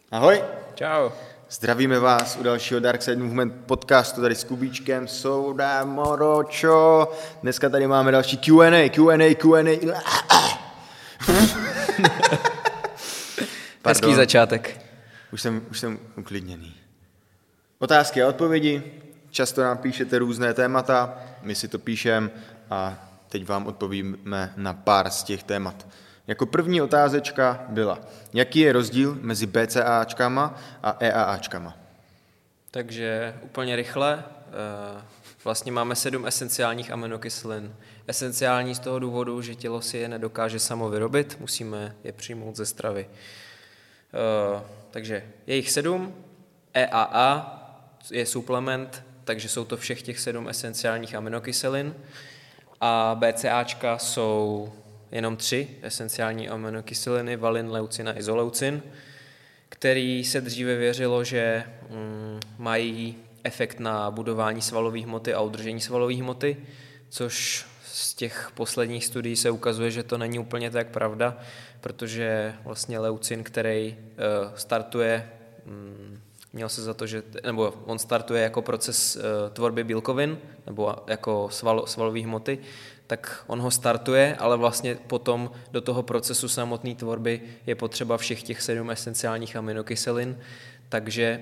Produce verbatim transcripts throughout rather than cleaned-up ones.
Ahoj. Čau. Zdravíme vás u dalšího Dark Side Movement podcastu tady s Kubíčkem, Souda, Moročo. Dneska tady máme další Q and A, Q and A, Q and A. Hezký začátek. Už jsem, už jsem uklidněný. Otázky a odpovědi. Často nám píšete různé témata, my si to píšeme a teď vám odpovíme na pár z těch témat. Jako první otázečka byla, jaký je rozdíl mezi BCAAčkama a EAAčkama? Takže úplně rychle, vlastně máme sedm esenciálních aminokyselin. Esenciální z toho důvodu, že tělo si je nedokáže samo vyrobit, musíme je přijmout ze stravy. Takže je jich sedm, E A A je suplement, takže jsou to všech těch sedm esenciálních aminokyselin a BCAčka jsou jenom tři esenciální aminokyseliny, valin, leucin a izoleucin, který se dříve věřilo, že mm, mají efekt na budování svalové hmoty a udržení svalové hmoty, což z těch posledních studií se ukazuje, že to není úplně tak pravda, protože vlastně leucin, který uh, startuje, mm, měl se za to, že, nebo on startuje jako proces uh, tvorby bílkovin, nebo jako sval, svalové hmoty, tak on ho startuje, ale vlastně potom do toho procesu samotné tvorby je potřeba všech těch sedm esenciálních aminokyselin, takže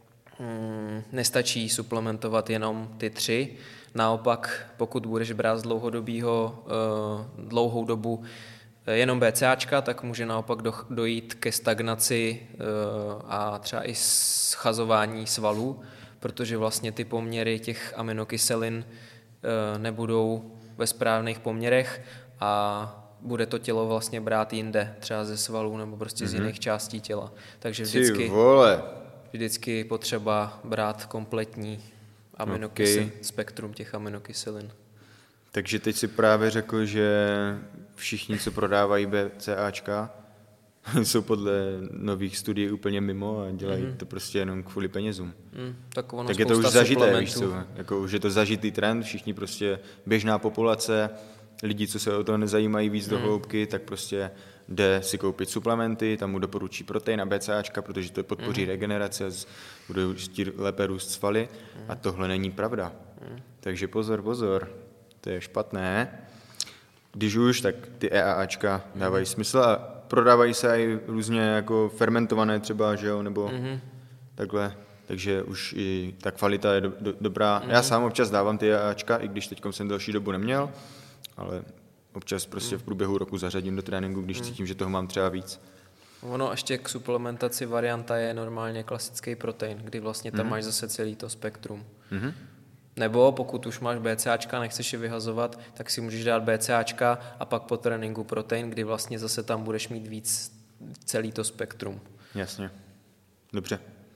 mm, nestačí suplementovat jenom ty tři. Naopak, pokud budeš brát z dlouhodobého, uh, dlouhou dobu jenom BCAčka, tak může naopak do, dojít ke stagnaci uh, a třeba i schazování svalů, protože vlastně ty poměry těch aminokyselin uh, nebudou ve správných poměrech a bude to tělo vlastně brát jinde, třeba ze svalů nebo prostě mm-hmm. z jiných částí těla. Takže vždycky, vždycky potřeba brát kompletní aminokyselin, okay. spektrum těch aminokyselin. Takže teď si právě řekl, že všichni, co prodávají BCAčka, jsou podle nových studií úplně mimo a dělají mm. to prostě jenom kvůli penězům. Mm, tak ono tak je to už zažité, víš co? Jako už je to zažitý trend, všichni prostě běžná populace, lidi, co se o to nezajímají víc mm. do hloubky, tak prostě jde si koupit suplementy, tam mu doporučí protein a BCAčka, protože to podpoří mm. regeneraci a budou lépe růst svaly mm. a tohle není pravda. Mm. Takže pozor, pozor, to je špatné. Když už, tak ty EAAčka dávají mm. smysl a prodávají se i různě jako fermentované třeba, že jo, nebo mm-hmm. takhle, takže už i ta kvalita je do, do, dobrá. Mm-hmm. Já sám občas dávám ty EAAčka, i když teď jsem delší dobu neměl, ale občas prostě mm. v průběhu roku zařadím do tréninku, když mm. cítím, že toho mám třeba víc. Ono ještě k suplementaci varianta je normálně klasický protein, kdy vlastně tam mm. máš zase celý to spektrum. Mm-hmm. Nebo pokud už máš BCAčka, nechceš je vyhazovat, tak si můžeš dát BCAčka a pak po tréninku protein, kdy vlastně zase tam budeš mít víc celý to spektrum. Jasně. Dobře.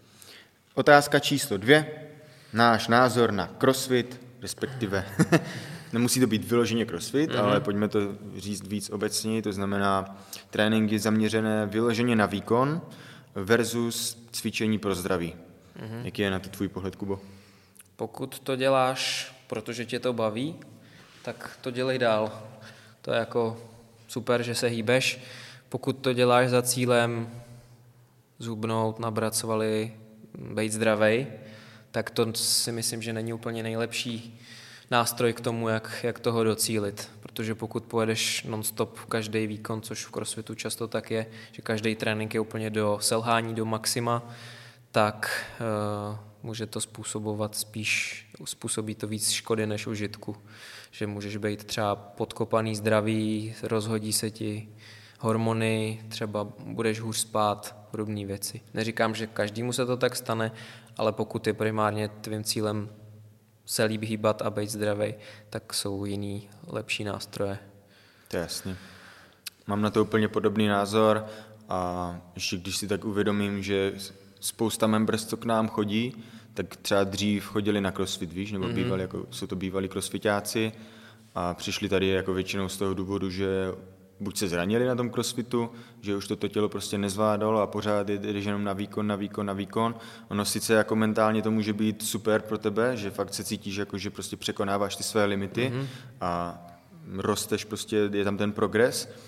Otázka číslo dvě. Náš názor na crossfit, respektive nemusí to být vyloženě crossfit, mm-hmm. ale pojďme to říct víc obecně, to znamená tréninky zaměřené vyloženě na výkon versus cvičení pro zdraví. Mm-hmm. Jaký je na to tvůj pohled, Kubo? Pokud to děláš, protože tě to baví, tak to dělej dál. To je jako super, že se hýbeš. Pokud to děláš za cílem zhubnout, nabrat svaly, být zdravej, tak to si myslím, že není úplně nejlepší nástroj k tomu, jak, jak toho docílit. Protože pokud pojedeš non-stop každý výkon, což v crossfitu často tak je, že každý trénink je úplně do selhání, do maxima, tak uh, může to způsobovat spíš, způsobí to víc škody než užitku. Že můžeš být třeba podkopaný zdraví, rozhodí se ti hormony, třeba budeš hůř spát, podobné věci. Neříkám, že každému se to tak stane, ale pokud je primárně tvým cílem se líp hýbat a být zdravý, tak jsou jiný lepší nástroje. To je jasný. Mám na to úplně podobný názor a ještě když si tak uvědomím, že spousta members, co k nám chodí, tak třeba dřív chodili na crossfit, víš, nebo mm-hmm. bývali, jako, jsou to bývalí crossfitáci a přišli tady jako většinou z toho důvodu, že buď se zranili na tom crossfitu, že už toto tělo prostě nezvládalo a pořád jdeš jenom na výkon, na výkon, na výkon. Ono sice jako mentálně to může být super pro tebe, že fakt se cítíš jako, že prostě překonáváš ty své limity mm-hmm. a rosteš prostě, je tam ten progres,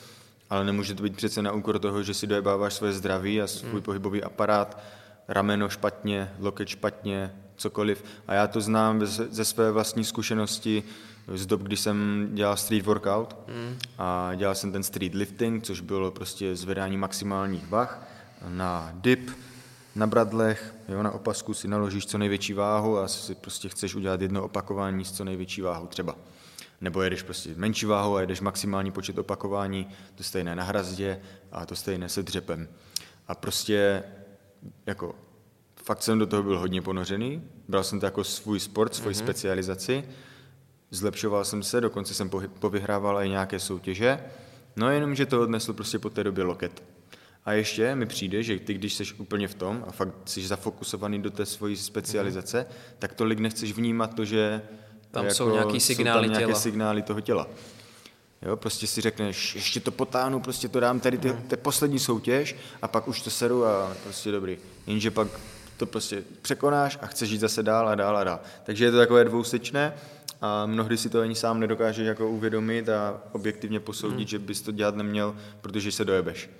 ale nemůže to být přece na úkor toho, že si dojebáváš svoje zdraví a svůj mm. pohybový aparát, rameno špatně, loket špatně, cokoliv. A já to znám ze své vlastní zkušenosti z dob, kdy jsem dělal street workout mm. a dělal jsem ten street lifting, což bylo prostě zvedání maximálních vah na dip, na bradlech, jo, na opasku si naložíš co největší váhu a si prostě chceš udělat jedno opakování s co největší váhou třeba. Nebo jedeš prostě menší váhu a jedeš maximální počet opakování, to stejné na hrazdě a to stejné se dřepem. A prostě jako fakt jsem do toho byl hodně ponořený, bral jsem to jako svůj sport, svoji mm-hmm. specializaci, zlepšoval jsem se, dokonce jsem povyhrával i nějaké soutěže, no jenom, že to odnesl prostě po té době loket. A ještě mi přijde, že ty, když jsi úplně v tom a fakt jsi zafokusovaný do té svojí specializace, mm. tak tolik nechceš vnímat to, že tam jako, jsou nějaký signály, jsou tam nějaké těla. signály toho těla. Jo, prostě si řekneš, ještě to potáhnu, prostě to dám tady, ty, to je poslední soutěž a pak už to seru a prostě dobrý. Jenže pak to prostě překonáš a chceš jít zase dál a dál a dál. Takže je to takové dvousečné a mnohdy si to ani sám nedokážeš jako uvědomit a objektivně posoudit, mm. že bys to dělat neměl, protože se dojebeš.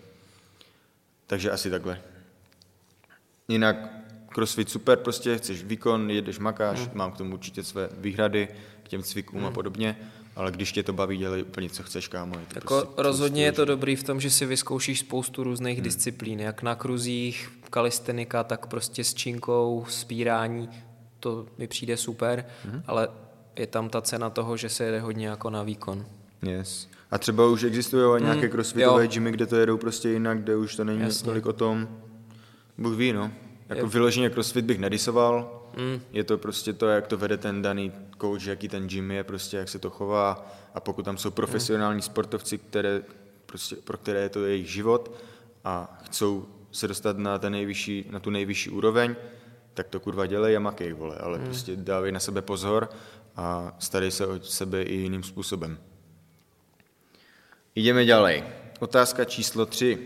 Takže asi takhle. Jinak crossfit super, prostě chceš výkon, jedeš, makáš, mm. mám k tomu určitě své výhrady k těm cvikům mm. a podobně, ale když tě to baví, dělej úplně co chceš, kámo. Je to jako prostě rozhodně je to dobrý v tom, že si vyzkoušíš spoustu různých mm. disciplín, jak na kruzích, kalistenika, tak prostě s činkou, spírání, to mi přijde super, mm. ale je tam ta cena toho, že se jede hodně jako na výkon. Yes. A třeba už existují nějaké mm, crossfitové jo. gymy, kde to jedou prostě jinak, kde už to není Jasně. tolik o tom. Bůh ví, no. Jako je. Vyloženě crossfit bych nedisoval. Mm. Je to prostě to, jak to vede ten daný coach, jaký ten gym je, prostě jak se to chová. A pokud tam jsou profesionální mm. sportovci, které, prostě, pro které je to jejich život a chcou se dostat na, ten nejvyšší, na tu nejvyšší úroveň, tak to kurva dělej a makej, vole. Ale mm. prostě dávej na sebe pozor a starej se o sebe i jiným způsobem. Jdeme dělej. Otázka číslo tři.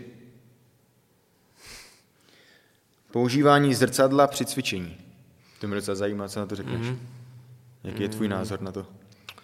Používání zrcadla při cvičení. To mě docela zajímá, co na to řekneš. Mm-hmm. Jaký je tvůj názor na to? Uh,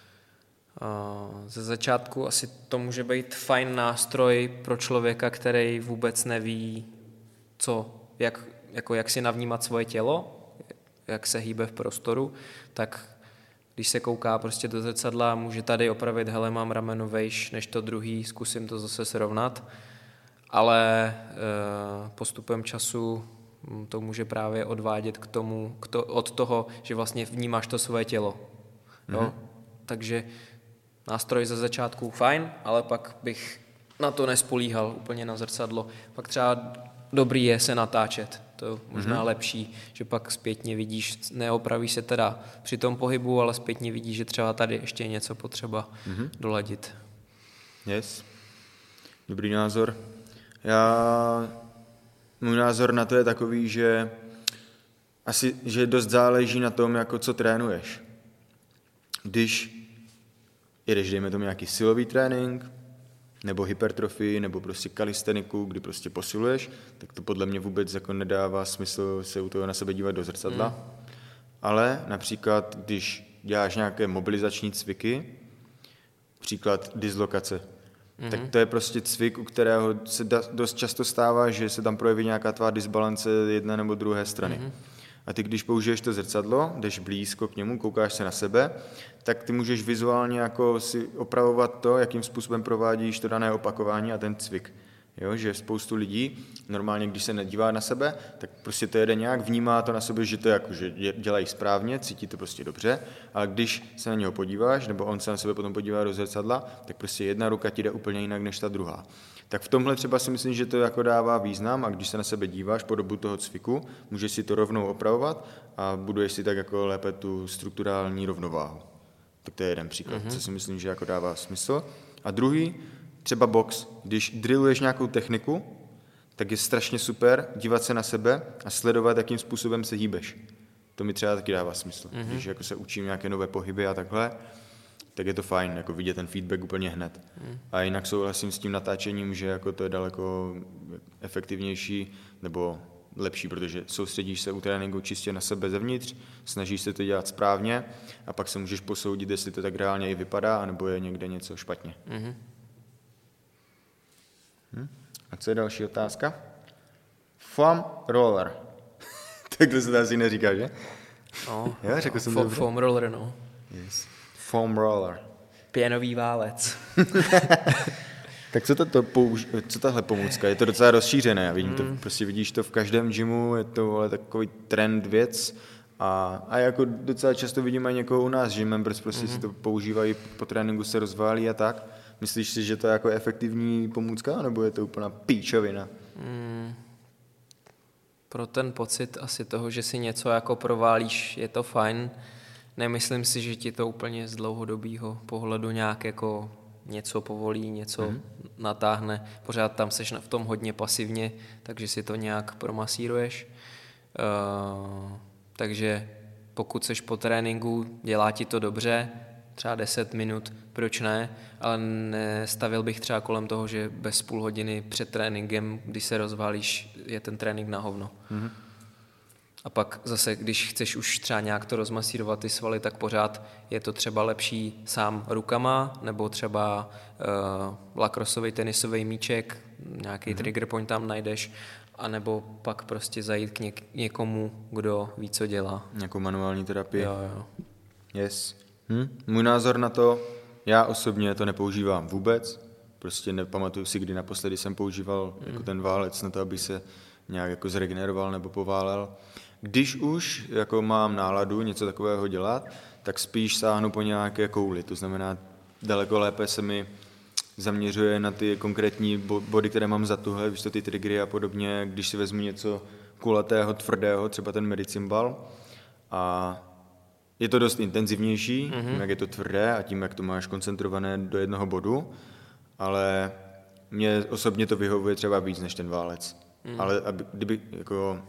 ze začátku asi to může být fajn nástroj pro člověka, který vůbec neví, co, jak, jako jak si navnímat svoje tělo, jak se hýbe v prostoru, tak když se kouká prostě do zrcadla, může tady opravit, hele, mám rameno vejš než to druhý, zkusím to zase srovnat, ale e, postupem času to může právě odvádět k tomu, k to, od toho, že vlastně vnímáš to svoje tělo. Mm-hmm. Jo? Takže nástroj ze začátku fajn, ale pak bych na to nespolíhal úplně na zrcadlo. Pak třeba dobrý je se natáčet, to je možná mm-hmm. lepší, že pak zpětně vidíš, neopravíš se teda při tom pohybu, ale zpětně vidíš, že třeba tady ještě je něco potřeba mm-hmm. doladit. Yes. Dobrý názor. Já, můj názor na to je takový, že asi, že dost záleží na tom, jako co trénuješ. Když jedeš, dejme tomu nějaký silový trénink, nebo hypertrofii, nebo prostě kalisteniku, kdy prostě posiluješ, tak to podle mě vůbec jako nedává smysl se u toho na sebe dívat do zrcadla. Mm. Ale například, když děláš nějaké mobilizační cviky, příklad dislokace, mm. tak to je prostě cvik, u kterého se da, dost často stává, že se tam projeví nějaká tvá disbalance jedné nebo druhé strany. Mm. A ty, když použiješ to zrcadlo, jdeš blízko k němu, koukáš se na sebe, tak ty můžeš vizuálně jako si opravovat to, jakým způsobem provádíš to dané opakování a ten cvik. Jo, že spoustu lidí normálně, když se nedívá na sebe, tak prostě to jede nějak, vnímá to na sebe, že to jako, že dělají správně, cítí to prostě dobře, ale když se na něho podíváš, nebo on se na sebe potom podívá do zrcadla, tak prostě jedna ruka ti jde úplně jinak než ta druhá. Tak v tomhle třeba si myslím, že to jako dává význam a když se na sebe díváš po dobu toho cviku, můžeš si to rovnou opravovat a buduješ si tak jako lépe tu strukturální rovnováhu. Tak to je jeden příklad, mm-hmm. co si myslím, že jako dává smysl. A druhý, třeba box. Když drilluješ nějakou techniku, tak je strašně super dívat se na sebe a sledovat, jakým způsobem se hýbeš. To mi třeba taky dává smysl. Mm-hmm. Když jako se učím nějaké nové pohyby a takhle, tak je to fajn, jako vidět ten feedback úplně hned. Mm. A jinak souhlasím s tím natáčením, že jako to je daleko efektivnější nebo lepší, protože soustředíš se u tréninku čistě na sebe zevnitř, snažíš se to dělat správně a pak se můžeš posoudit, jestli to tak reálně i vypadá, anebo je někde něco špatně. Mm-hmm. A co je další otázka? Foam roller. Takhle se to asi neříká, že? No, Jo, řekl no, jsem fo- to dobře? foam roller, no. Yes. Foam roller. Pěnový válec. Tak co, to, to použ- co tahle pomůcka? Je to docela rozšířené, já vidím Mm. to, prostě vidíš to v každém gymu, je to ale takový trend věc a, a jako docela často vidím i někoho u nás, že members prostě mm. si to používají, po tréninku se rozválí a tak. Myslíš si, že to je jako efektivní pomůcka, nebo je to úplná píčovina? Mm. Pro ten pocit asi toho, že si něco jako proválíš, je to fajn. Nemyslím si, že ti to úplně z dlouhodobého pohledu nějak jako něco povolí, něco mm. natáhne. Pořád tam seš v tom hodně pasivně, takže si to nějak promasíruješ. Uh, takže pokud seš po tréninku, dělá ti to dobře, třeba deset minut, proč ne, ale nestavil bych třeba kolem toho, že bez půl hodiny před tréninkem, když se rozválíš, je ten trénink na hovno. Mm. A pak zase, když chceš už třeba nějak to rozmasírovat ty svaly, tak pořád je to třeba lepší sám rukama, nebo třeba uh, lakrosový tenisový míček, nějaký mm. trigger point tam najdeš, anebo pak prostě zajít k něk- někomu, kdo ví, co dělá. Nějakou manuální terapii. Jo, jo. Yes. Hm? Můj názor na to, já osobně to nepoužívám vůbec, prostě nepamatuju si, kdy naposledy jsem používal mm. jako ten válec na to, aby se nějak jako zregeneroval nebo poválel. Když už jako mám náladu něco takového dělat, tak spíš sáhnu po nějaké kouli, to znamená daleko lépe se mi zaměřuje na ty konkrétní body, které mám za tuhle, víš to, ty triggery a podobně, když si vezmu něco kulatého, tvrdého, třeba ten medicimbal a je to dost intenzivnější, mm-hmm. tím, jak je to tvrdé a tím, jak to máš koncentrované do jednoho bodu, ale mně osobně to vyhovuje třeba víc než ten válec. Mm. Ale aby, kdyby, jako,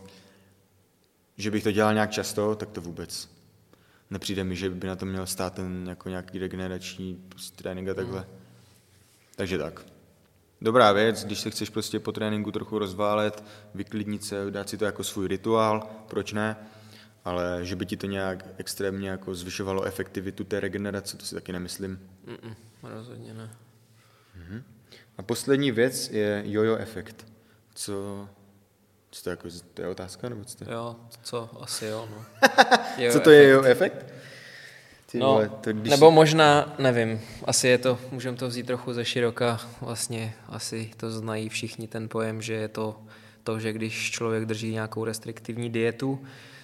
že bych to dělal nějak často, tak to vůbec nepřijde mi, že by na to měl stát ten jako nějaký regenerační trénink a takhle. Mm. Takže tak. Dobrá věc, když se chceš prostě po tréninku trochu rozválet, vyklidnit se, dát si to jako svůj rituál, proč ne? Ale že by ti to nějak extrémně jako zvyšovalo efektivitu té regenerace, to si taky nemyslím. Mm-mm, rozhodně ne. Mhm. A poslední věc je jojo efekt. Co, co to, jako, to je otázka? Nebo co, to je? Jo, co? Asi jo, no. Jo, co to efekt. Je jojo efekt? Ty no, vole, to, když nebo si... možná, nevím, asi je to, můžeme to vzít trochu ze široka, vlastně asi to znají všichni ten pojem, že je to to, že když člověk drží nějakou restriktivní dietu,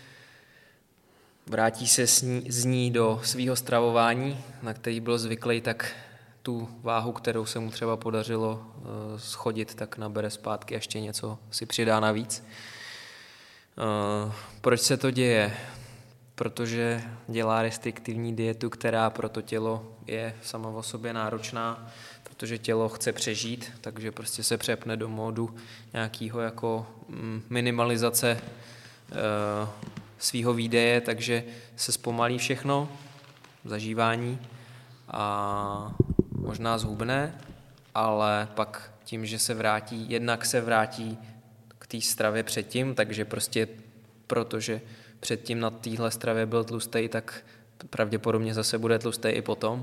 vrátí se z ní, z ní do svého stravování, na který byl zvyklý, tak tu váhu, kterou se mu třeba podařilo uh, schodit, tak nabere zpátky a ještě něco si přidá navíc. Uh, proč se to děje? Protože dělá restriktivní dietu, která pro to tělo je sama o sobě náročná, protože tělo chce přežít, takže prostě se přepne do módu nějakého jako minimalizace uh, svýho výdeje, takže se zpomalí všechno, zažívání a možná zhubne, ale pak tím, že se vrátí, jednak se vrátí k té stravě předtím, takže prostě protože předtím na téhle stravě byl tlustej, tak pravděpodobně zase bude tlustej i potom.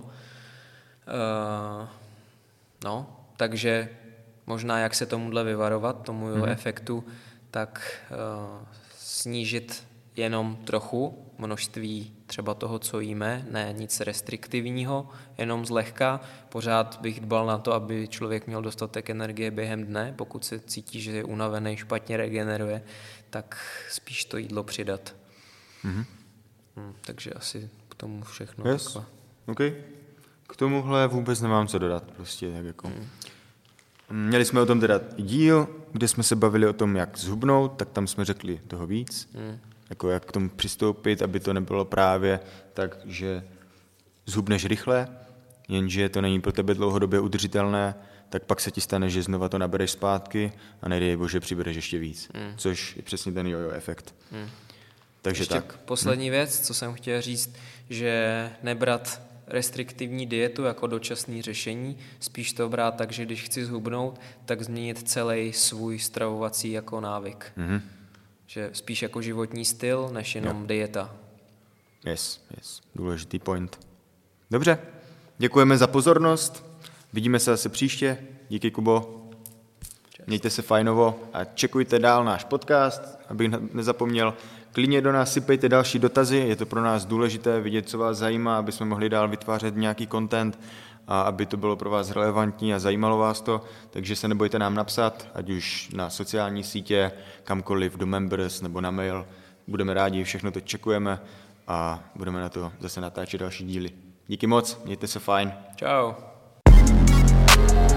Uh, no, takže možná jak se tomuhle vyvarovat, tomu jeho mm. efektu, tak uh, snížit jenom trochu množství třeba toho, co jíme, ne nic restriktivního, jenom zlehka. Pořád bych dbal na to, aby člověk měl dostatek energie během dne, pokud se cítí, že je unavený, špatně regeneruje, tak spíš to jídlo přidat. Mm-hmm. Hmm, takže asi k tomu všechno. Yes. Okay. K tomuhle vůbec nemám co dodat. Prostě tak jako. Mm. Měli jsme o tom teda díl, kde jsme se bavili o tom, jak zhubnout, tak tam jsme řekli toho víc. Mm. Jako jak k tomu přistoupit, aby to nebylo právě tak, že zhubneš rychle, jenže to není pro tebe dlouhodobě udržitelné, tak pak se ti stane, že znova to nabereš zpátky a nedej bože, přibereš ještě víc. Mm. Což je přesně ten jojo efekt. Mm. Takže ještě tak. Poslední hmm. věc, co jsem chtěl říct, že nebrat restriktivní dietu jako dočasné řešení, spíš to brát tak, že když chci zhubnout, tak změnit celý svůj stravovací jako návyk. Hmm. Že spíš jako životní styl, než jenom jo. dieta. Yes, yes. Důležitý point. Dobře, děkujeme za pozornost. Vidíme se zase příště. Díky, Kubo. Čau. Mějte se fajnovo a čekujte dál náš podcast, abych nezapomněl. Klidně do nás sypejte další dotazy, je to pro nás důležité vidět, co vás zajímá, aby jsme mohli dál vytvářet nějaký content a aby to bylo pro vás relevantní a zajímalo vás to, takže se nebojte nám napsat, ať už na sociální sítě, kamkoliv, do Members nebo na mail. Budeme rádi, všechno to čekujeme a budeme na to zase natáčet další díly. Díky moc, mějte se fajn. Čau.